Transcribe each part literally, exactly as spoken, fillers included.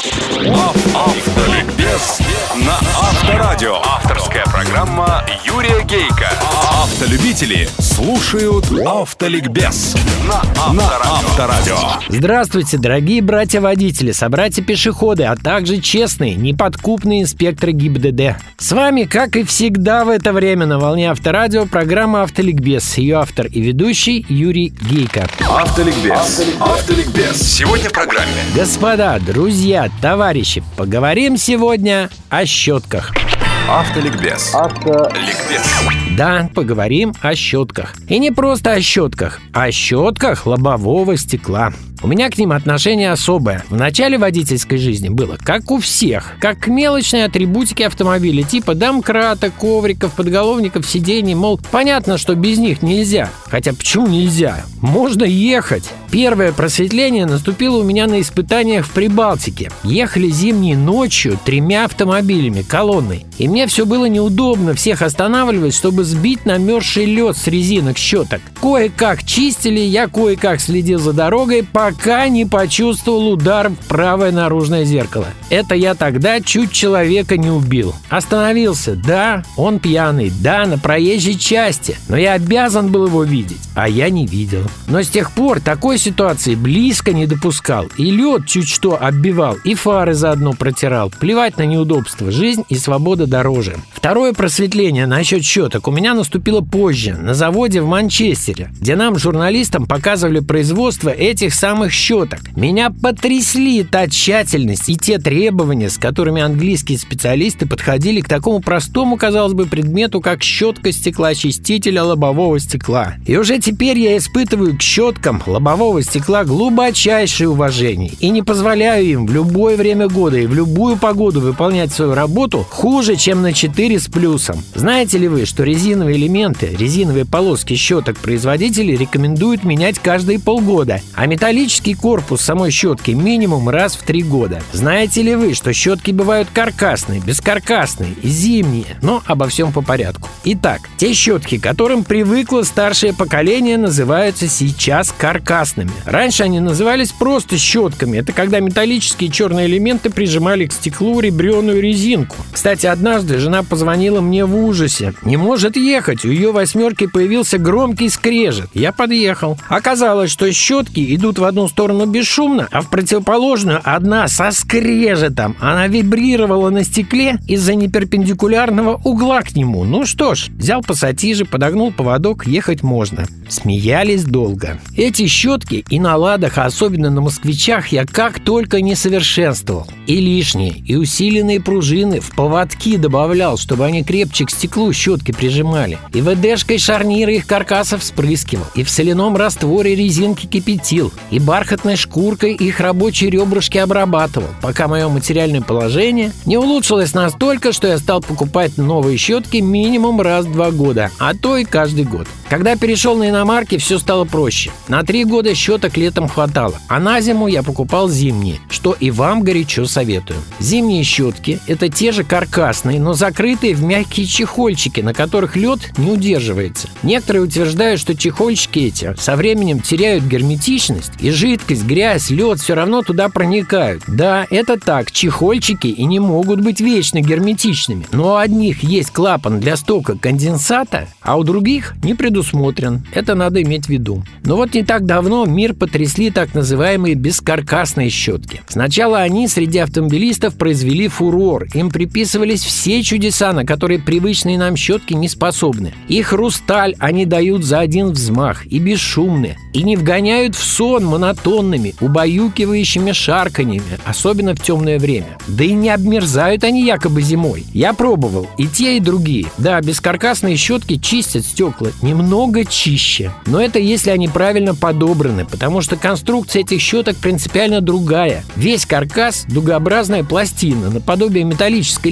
Автоликбез на Авторадио. Авторская программа Юрия Гейка. Автолюбители слушают Автоликбез на Авторадио. Здравствуйте, дорогие братья-водители, собратья-пешеходы, а также честные, неподкупные инспекторы ГИБДД. С вами, как и всегда в это время на волне Авторадио, программа Автоликбез. Ее автор и ведущий Юрий Гейка. Автоликбез. Автоликбез. Сегодня в программе. Господа, друзья, товарищи, поговорим сегодня о щетках. Автоликбез. Автоликбез. Да, поговорим о щетках. И не просто о щетках, а о щетках лобового стекла. У меня к ним отношение особое. В начале водительской жизни было как у всех, как к мелочной атрибутике автомобиля, типа домкрата, ковриков, подголовников, сидений. Мол, понятно, что без них нельзя. Хотя почему нельзя? Можно ехать. Первое просветление наступило у меня на испытаниях в Прибалтике. Ехали зимней ночью тремя автомобилями, колонной. И мне все было неудобно всех останавливать, чтобы сбить намерзший лед с резинок щеток. Кое-как чистили, я кое-как следил за дорогой, пока не почувствовал удар в правое наружное зеркало. Это я тогда чуть человека не убил. Остановился, да, он пьяный, да, на проезжей части, но я обязан был его видеть, а я не видел. Но с тех пор такой ситуации близко не допускал. И лед чуть что оббивал, и фары заодно протирал. Плевать на неудобства, жизнь и свобода дороже. Второе просветление насчет щеток у меня наступило позже, на заводе в Манчестере, где нам, журналистам, показывали производство этих самых щеток. Меня потрясли та тщательность и те требования, с которыми английские специалисты подходили к такому простому, казалось бы, предмету, как щетка стеклоочистителя лобового стекла. И уже теперь я испытываю к щеткам лобового стекла глубочайшее уважение и не позволяю им в любое время года и в любую погоду выполнять свою работу хуже, чем на четыре с плюсом. Знаете ли вы, что резиновые элементы, резиновые полоски щеток производители рекомендуют менять каждые полгода, а металлический корпус самой щетки минимум раз в три года? Знаете ли вы, что щетки бывают каркасные, бескаркасные и зимние? Но обо всем по порядку. Итак, те щетки, к которым привыкло старшее поколение, называются сейчас каркасными. Раньше они назывались просто щетками. Это когда металлические черные элементы прижимали к стеклу ребреную резинку. Кстати, однажды жена позвонила мне в ужасе. Не может ехать, у ее восьмерки появился громкий скрежет. Я подъехал. Оказалось, что щетки идут в одну сторону бесшумно, а в противоположную одна со скрежетом. Она вибрировала на стекле из-за неперпендикулярного угла к нему. Ну что ж, взял пассатижи, подогнул поводок, ехать можно. Смеялись долго. Эти щетки и на ладах, а особенно на москвичах, я как только не совершенствовал. И лишние, и усиленные пружины в поводки добавлял, чтобы они крепче к стеклу щетки прижимали. И ВДшкой шарниры их каркасов вспрыскивал. И в соляном растворе резинки кипятил. И бархатной шкуркой их рабочие ребрышки обрабатывал, пока мое материальное положение не улучшилось настолько, что я стал покупать новые щетки минимум раз в два года, а то и каждый год. Когда перешел на иномарки, все стало проще. На три года щеток летом хватало, а на зиму я покупал зимние, что и вам горячо советую. Зимние щетки – это те же каркасные, но закрытые в мягкие чехольчики, на которых лед не удерживается. Некоторые утверждают, что чехольчики эти со временем теряют герметичность, и жидкость, грязь, лед все равно туда проникают. Да, это так, чехольчики и не могут быть вечно герметичными, но у одних есть клапан для стока конденсата, а у других не предусмотрен. Это надо иметь в виду. Но вот не так давно мир потрясли так называемые бескаркасные щетки. Сначала они среди автомобилистов произвели фурор. Им приписывались все чудеса, на которые привычные нам щетки не способны. И хрусталь они дают за один взмах, и бесшумные, и не вгоняют в сон монотонными, убаюкивающими шарканьями, особенно в темное время. Да и не обмерзают они якобы зимой. Я пробовал и те, и другие. Да, бескаркасные щетки чистят стекла немного чище, но это если они правильно подобраны, потому что конструкция этих щеток принципиально другая. Весь каркас – дугообразная пластина, наподобие металлической линейки,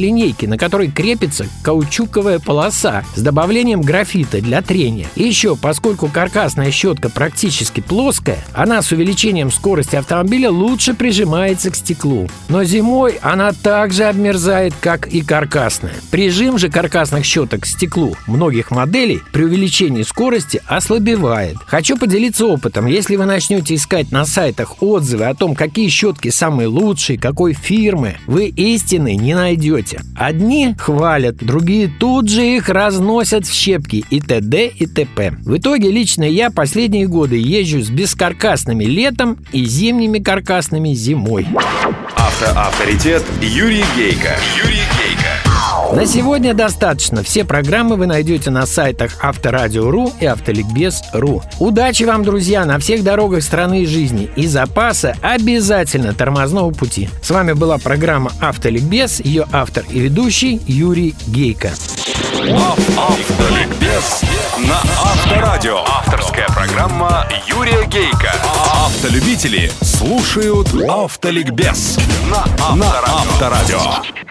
на которой крепится каучуковая полоса с добавлением графита для трения. И еще, поскольку каркасная щетка практически плоская, она с увеличением скорости автомобиля лучше прижимается к стеклу. Но зимой она также обмерзает, как и каркасная. Прижим же каркасных щеток к стеклу многих моделей при увеличении скорости ослабевает. Хочу поделиться опытом. Если вы начнете искать на сайтах отзывы о том, какие щетки самые лучшие, какой фирмы, вы истины не найдете. Одни хвалят, другие тут же их разносят в щепки и т.д. и т.п. В итоге лично я последние годы езжу с бескаркасными летом и зимними каркасными зимой. Автоавторитет Юрий Гейко. Юрий Гейко. На сегодня достаточно. Все программы вы найдете на сайтах Авторадио точка ру и Автоликбез точка ру. Удачи вам, друзья, на всех дорогах страны и жизни. И запаса обязательно тормозного пути. С вами была программа Автоликбез, ее автор и ведущий Юрий Гейко. Автоликбез на Авторадио. Авторская программа Юрия Гейко. Автолюбители слушают Автоликбез на Авторадио.